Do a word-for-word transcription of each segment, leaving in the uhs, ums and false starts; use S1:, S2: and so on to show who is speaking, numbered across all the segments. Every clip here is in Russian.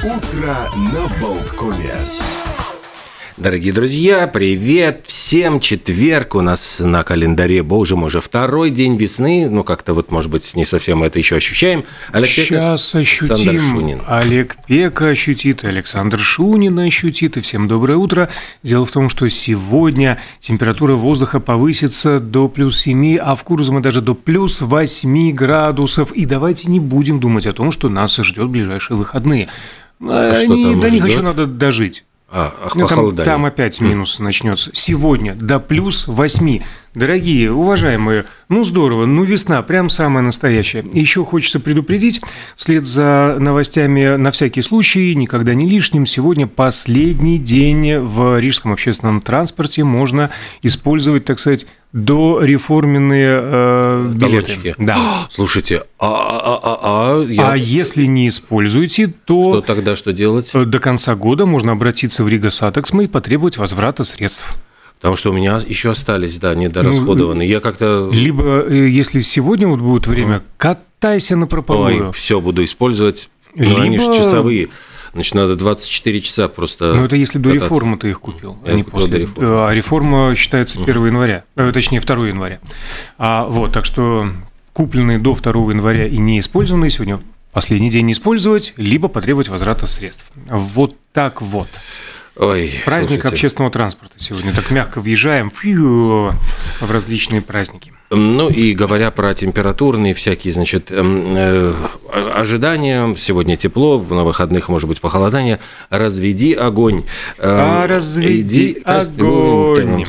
S1: Утро на Болткоме.
S2: Дорогие друзья, привет всем! Четверг у нас на календаре, боже мой, уже второй день весны. Ну, как-то вот, может быть, не совсем мы это еще ощущаем.
S3: Олег Сейчас Пека, ощутим. Александр Шунин. Олег Пека ощутит, Александр Шунин ощутит. И всем доброе утро. Дело в том, что сегодня температура воздуха повысится до плюс семи, а в Курзаме даже до плюс восьми градусов. И давайте не будем думать о том, что нас ждет в ближайшие выходные. А Они, до них еще надо дожить.
S2: А,
S3: ну, там, там опять минус mm. начнется. Сегодня до плюс восьми. Дорогие, уважаемые, ну здорово, ну весна, прям самая настоящая. Еще хочется предупредить, вслед за новостями на всякий случай, никогда не лишним, сегодня последний день в рижском общественном транспорте, можно использовать, так сказать, дореформенные э, билеты.
S2: Да. Слушайте, а, а, а, а, я...
S3: а если не используете, то...
S2: Что тогда, что делать?
S3: До конца года можно обратиться в Рига Сатексме и потребовать возврата средств.
S2: Потому что у меня еще остались, да, недорасходованные. Ну, я как-то...
S3: Либо, если сегодня вот будет время, mm. катайся напропалую.
S2: Ой, все буду использовать. Либо... Ну, они же часовые. Значит, надо двадцать четыре часа просто.
S3: Ну, это если до кататься. Реформы ты их купил,
S2: я
S3: а не после.
S2: Реформы.
S3: А реформа считается первого января, точнее, второго января. А, вот, так что купленные до второго января и не использованные сегодня последний день не использовать, либо потребовать возврата средств. Вот так вот.
S2: Ой,
S3: праздник
S2: слушайте.
S3: Общественного транспорта сегодня. Так мягко въезжаем фью, в различные праздники.
S2: Ну и говоря про температурные всякие, значит, э, ожидания, сегодня тепло, на выходных может быть похолодание, разведи огонь.
S3: А разведи огонь.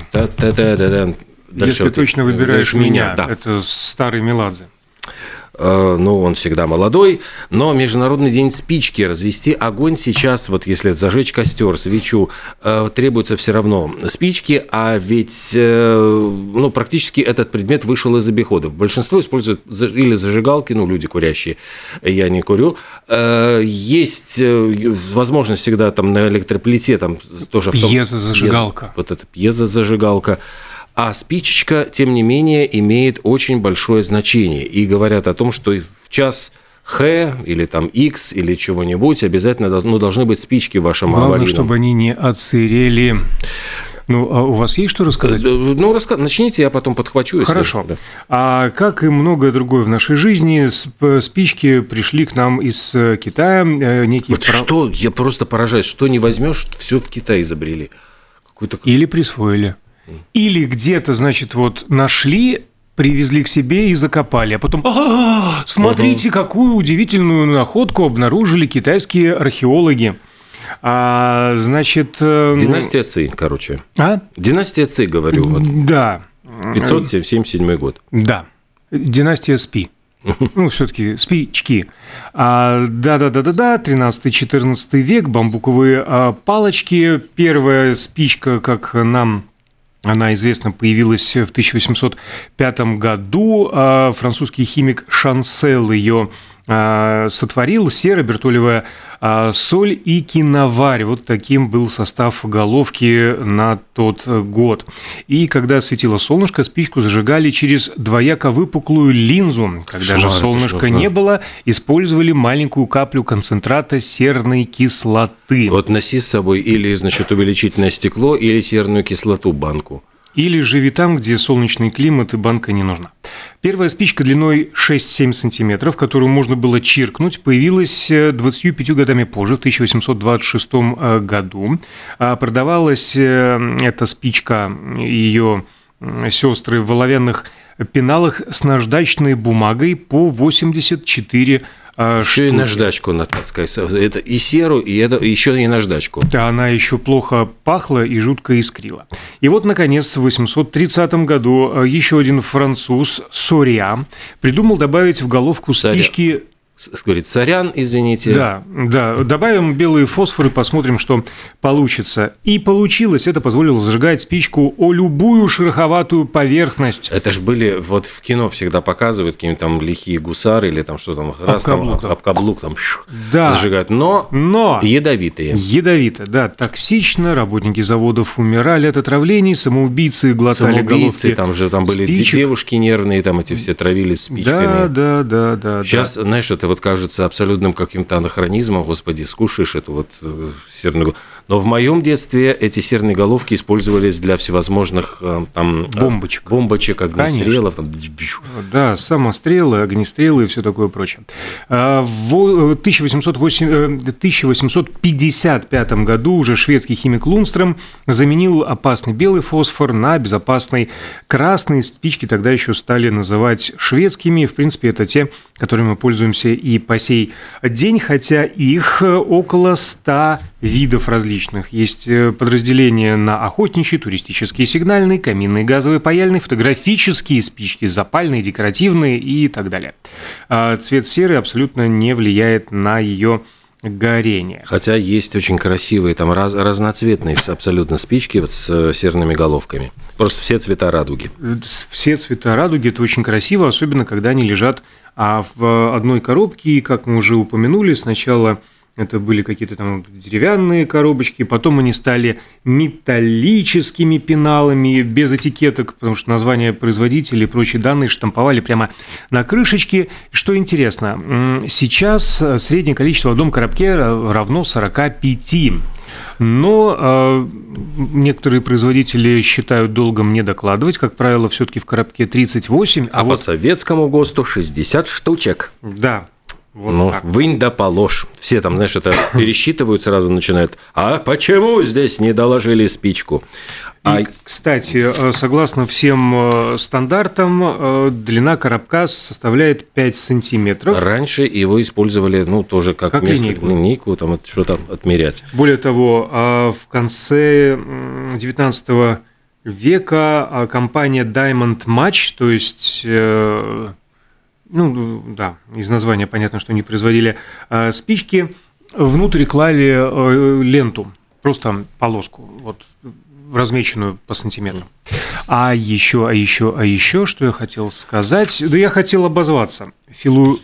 S3: Если точно выбираешь меня, да. Это старый Меладзе.
S2: Ну, он всегда молодой, но Международный день спички, развести огонь сейчас, вот если зажечь костер, свечу, требуется все равно спички, а ведь, ну, практически этот предмет вышел из обихода. Большинство используют или зажигалки, ну, люди курящие, я не курю. Есть возможность всегда там на электроплите, там тоже...
S3: Пьезозажигалка.
S2: Вот это пьезозажигалка. А спичечка, тем не менее, имеет очень большое значение. И говорят о том, что в час Х или там Х или чего-нибудь обязательно ну, должны быть спички в вашем
S3: аварийном.
S2: Главное,
S3: чтобы они не отсырели. Ну, а у вас есть что рассказать?
S2: Ну, раска... начните, я потом подхвачу. Если...
S3: Хорошо. Да. А как и многое другое в нашей жизни, спички пришли к нам из Китая. Некие
S2: вот прав... Что? Я просто поражаюсь. Что не возьмешь, все в Китае изобрели. Какой-то...
S3: Или присвоили. Или где-то, значит, вот нашли, привезли к себе и закопали, а потом, а-а-а, смотрите, угу. какую удивительную находку обнаружили китайские археологи. А, значит...
S2: Династия Ци, короче.
S3: А?
S2: Династия Ци, говорю. Вот.
S3: Да.
S2: пятьсот семьдесят седьмой год.
S3: Да. Династия Спи. Ну, все-таки спички. А, да-да-да-да-да, тринадцатый-четырнадцатый век, бамбуковые а, палочки. Первая спичка, как нам... Она известна, появилась в тысяча восемьсот пятом году. Французский химик Шансел ее сотворил. Сера, бертолевая соль и киноварь. Вот таким был состав головки на тот год. И когда светило солнышко, спичку зажигали через двояко выпуклую линзу. Когда Шмар, же солнышка не было, использовали маленькую каплю концентрата серной кислоты.
S2: Вот носи с собой или, значит, увеличительное стекло, или серную кислоту банку.
S3: Или живи там, где солнечный климат и банка не нужна. Первая спичка длиной шесть-семь сантиметров, которую можно было чиркнуть, появилась двадцатью пятью годами позже, в тысяча восемьсот двадцать шестом году. Продавалась эта спичка, ее сестры в оловянных пеналах с наждачной бумагой по восемьдесят четыре
S2: еще штуки. И наждачку, надо сказать. Это и серу, и это еще и наждачку.
S3: Да, она еще плохо пахла и жутко искрила. И вот, наконец, в восемьсот тридцатом году еще один француз, Соря, придумал добавить в головку спички...
S2: Говорит, сорян, извините.
S3: Да, да, добавим белые фосфоры, посмотрим, что получится. И получилось. Это позволило зажигать спичку о любую шероховатую поверхность.
S2: Это же были, вот в кино всегда показывают какие-нибудь там лихие гусары или там что там, раз
S3: каблук,
S2: там, об каблук там
S3: да.
S2: зажигают, но, но ядовитые.
S3: Ядовито, да, токсично. Работники заводов умирали от отравлений, самоубийцы глотали
S2: Самоубийцы,
S3: головки.
S2: Там же там были
S3: спичек.
S2: Девушки нервные, там эти все травились спичками.
S3: Да, да, да, да.
S2: Сейчас,
S3: да.
S2: знаешь, вот это вот кажется абсолютным каким-то анахронизмом. Господи, скушаешь эту вот серную головку. Но в моем детстве эти серные головки использовались для всевозможных там,
S3: бомбочек,
S2: бомбочек, огнестрелов. Там...
S3: Да, самострелы, огнестрелы и все такое прочее. В тысяча восемьсот пятьдесят пятом году уже шведский химик Лундстрöm заменил опасный белый фосфор на безопасный красный. Спички тогда еще стали называть шведскими. В принципе, это те, которыми мы пользуемся и по сей день, хотя их около ста видов различных. Есть подразделения на охотничьи, туристические, сигнальные, каминные, газовые, паяльные, фотографические спички, запальные, декоративные и так далее. Цвет серый абсолютно не влияет на ее горение.
S2: Хотя есть очень красивые, там раз, разноцветные абсолютно спички вот с серными головками. Просто все цвета радуги.
S3: Все цвета радуги – это очень красиво, особенно когда они лежат а в одной коробке. И, как мы уже упомянули, сначала это были какие-то там деревянные коробочки, потом они стали металлическими пеналами, без этикеток, потому что названия производителей и прочие данные штамповали прямо на крышечке. Что интересно, сейчас среднее количество в одном коробке равно сорок пять. Но э, некоторые производители считают долгом не докладывать. Как правило, все-таки в коробке тридцать восемь.
S2: А, а вот... по советскому ГОСТу шестьдесят штучек.
S3: Да. Вот
S2: ну,
S3: так.
S2: Вынь да положь. Все там, знаешь, это пересчитывают, сразу начинают. А почему здесь не доложили спичку?
S3: И, а... кстати, согласно всем стандартам, длина коробка составляет пять сантиметров.
S2: Раньше его использовали, ну, тоже как,
S3: как
S2: место,
S3: линейку.
S2: линейку, там, что-то отмерять.
S3: Более того, в конце девятнадцатого века компания Diamond Match, то есть... Ну, да, из названия понятно, что они производили э, спички. Внутрь клали э, ленту, просто полоску, вот, размеченную по сантиметру. А еще, а еще, а еще, что я хотел сказать? Да я хотел обозваться. Филу,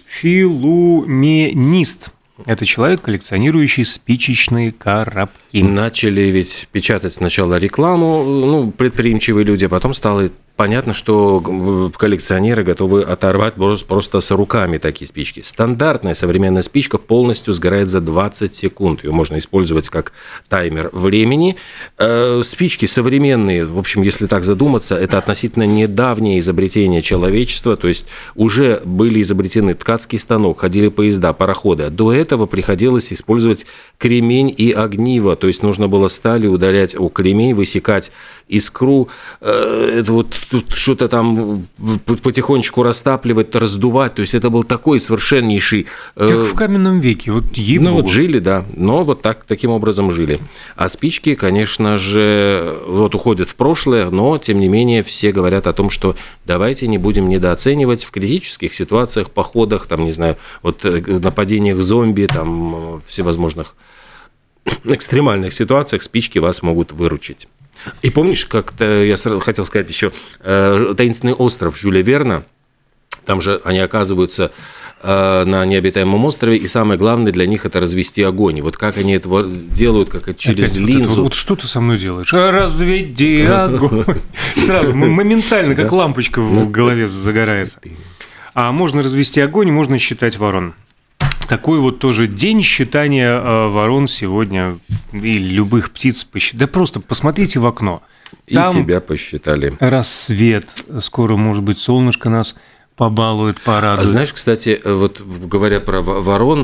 S3: филуменист. Это человек, коллекционирующий спичечные коробки.
S2: Начали ведь печатать сначала рекламу, ну, предприимчивые люди, а потом стало понятно, что коллекционеры готовы оторвать просто с руками такие спички. Стандартная современная спичка полностью сгорает за двадцать секунд. Ее можно использовать как таймер времени. Спички современные, в общем, если так задуматься, это относительно недавнее изобретение человечества. То есть уже были изобретены ткацкий станок, ходили поезда, пароходы. До этого приходилось использовать кремень и огниво. То есть нужно было сталью удалять о кремень, высекать искру. Это вот тут что-то там потихонечку растапливать, раздувать. То есть это был такой совершеннейший...
S3: Как в каменном веке. Вот ей-богу.
S2: Ну вот жили, да. Но вот так, таким образом жили. А спички, конечно же, вот уходят в прошлое, но, тем не менее, все говорят о том, что давайте не будем недооценивать в критических ситуациях, походах, там, не знаю, вот нападениях зомби, там, всевозможных экстремальных ситуациях спички вас могут выручить. И помнишь, как-то я сразу хотел сказать еще «Таинственный остров» Жюля Верна, там же они оказываются на необитаемом острове, и самое главное для них это развести огонь. И вот как они это делают, как через
S3: Опять
S2: линзу.
S3: Вот, это, вот что ты со мной делаешь? Разведи огонь. Сразу, моментально, как лампочка в голове загорается. А можно развести огонь, можно считать ворон. Такой вот тоже день считания ворон сегодня, и любых птиц посчитать. Да просто посмотрите в окно.
S2: Там и тебя посчитали.
S3: Рассвет. Скоро, может быть, солнышко нас побалует, порадует.
S2: А знаешь, кстати, вот говоря про ворон,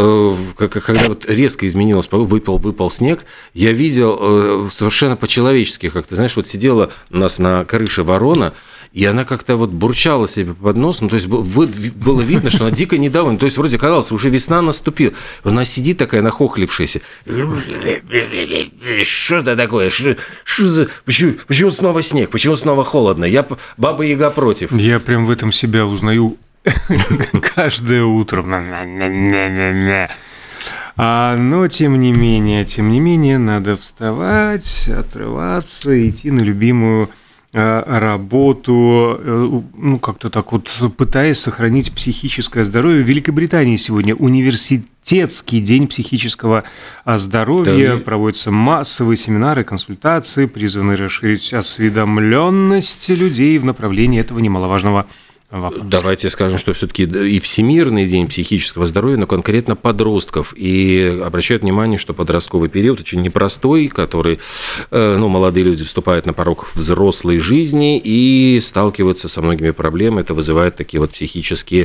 S2: когда вот резко изменилось, выпал, выпал снег, я видел совершенно по-человечески, как ты знаешь, вот сидела у нас на крыше ворона, и она как-то вот бурчала себе под нос, ну, то есть было видно, что она дико недовольна, то есть вроде казалось, уже весна наступила, она сидит такая нахохлившаяся, что это такое, что, что за, почему, почему снова снег, почему снова холодно, я Баба-Яга против.
S3: Я прям в этом себя узнаю каждое утро. А, но, тем не менее, тем не менее, надо вставать, отрываться, идти на любимую работу, ну, как-то так вот, пытаясь сохранить психическое здоровье. В Великобритании сегодня университетский день психического здоровья. Да. Проводятся массовые семинары, консультации, призваны расширить осведомленность людей в направлении этого немаловажного вопрос.
S2: Давайте скажем, что все-таки и Всемирный день психического здоровья, но конкретно подростков. И обращают внимание, что подростковый период очень непростой, который, ну, молодые люди вступают на порог взрослой жизни и сталкиваются со многими проблемами. Это вызывает такие вот психические,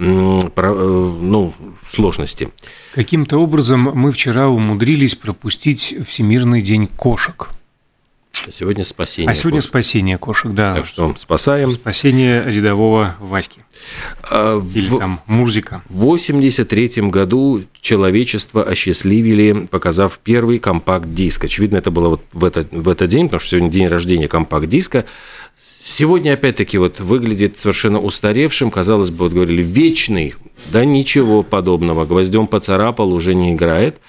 S2: ну, сложности.
S3: Каким-то образом мы вчера умудрились пропустить Всемирный день кошек.
S2: Сегодня спасение.
S3: А сегодня
S2: кошек.
S3: спасение кошек, да.
S2: Так что спасаем.
S3: Спасение рядового Васьки.
S2: А,
S3: Или
S2: в...
S3: там Мурзика.
S2: В восемьдесят третьем году человечество осчастливили, показав первый компакт-диск. Очевидно, это было вот в, этот, в этот день, потому что сегодня день рождения компакт-диска. Сегодня, опять-таки, вот выглядит совершенно устаревшим. Казалось бы, вот говорили, вечный. Да ничего подобного. Гвоздем поцарапал, уже не играет.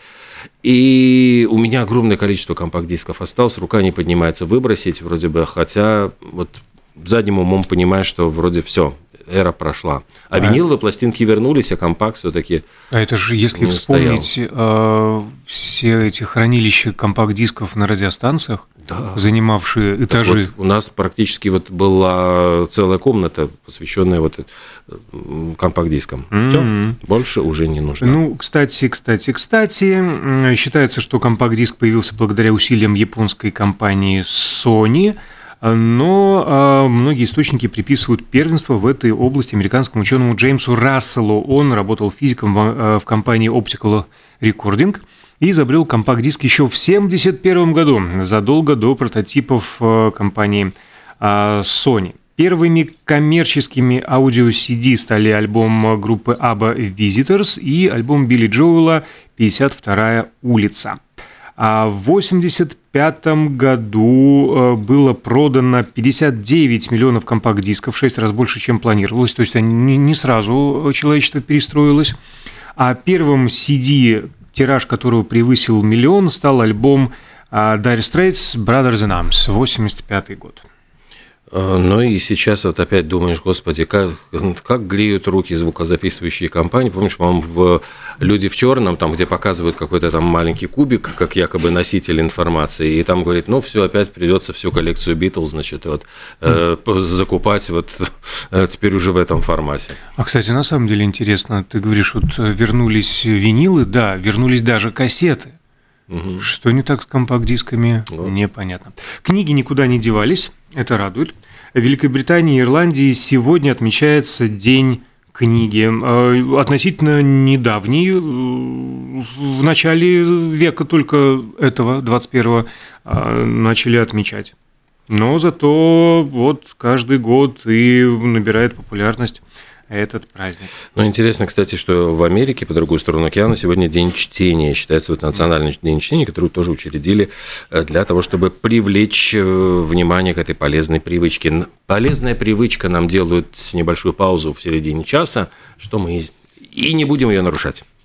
S2: И у меня огромное количество компакт-дисков осталось, рука не поднимается выбросить вроде бы, хотя вот задним умом понимаю, что вроде все, эра прошла. А, а виниловые пластинки вернулись, а компакт все-таки. А
S3: это же, если вспомнить э, все эти хранилища компакт-дисков на радиостанциях, да, занимавшие этажи.
S2: Вот у нас практически вот была целая комната, посвященная вот компакт-дискам. Mm-hmm. Все, больше уже не нужно.
S3: Ну, кстати, кстати, кстати, считается, что компакт-диск появился благодаря усилиям японской компании Sony. Но многие источники приписывают первенство в этой области американскому ученому Джеймсу Расселу. Он работал физиком в компании Optical Recording и изобрел компакт-диск еще в семьдесят первом году, задолго до прототипов компании Sony. Первыми коммерческими аудио-си ди стали альбом группы ABBA Visitors и альбом Билли Джоэла «пятьдесят вторая улица». А в восемьдесят пятом году было продано пятьдесят девять миллионов компакт-дисков, в шесть раз больше, чем планировалось. То есть не сразу человечество перестроилось. А первым си ди, тираж которого превысил миллион, стал альбом Dire Straits «Brothers in Arms», восемьдесят пятый год.
S2: Ну и сейчас вот опять думаешь, господи, как, как греют руки звукозаписывающие компании. Помнишь, по-моему, в «Люди в черном», там, где показывают какой-то там маленький кубик, как якобы носитель информации, и там говорит, ну все, опять придется всю коллекцию Битлз, значит, вот, э, закупать вот э, теперь уже в этом формате.
S3: А, кстати, на самом деле интересно, ты говоришь, вот вернулись винилы, да, вернулись даже кассеты. Угу. Что не так с компакт-дисками, вот. Непонятно. Книги никуда не девались, это радует. В Великобритании и Ирландии сегодня отмечается День книги. Относительно недавний, в начале века только этого, двадцать первого, начали отмечать. Но зато вот каждый год и набирает популярность этот праздник.
S2: Ну, интересно, кстати, что в Америке, по другую сторону океана, сегодня День чтения. Считается вот национальный день чтения, который тоже учредили для того, чтобы привлечь внимание к этой полезной привычке. Полезная привычка нам делают небольшую паузу в середине часа, что мы и не будем ее нарушать.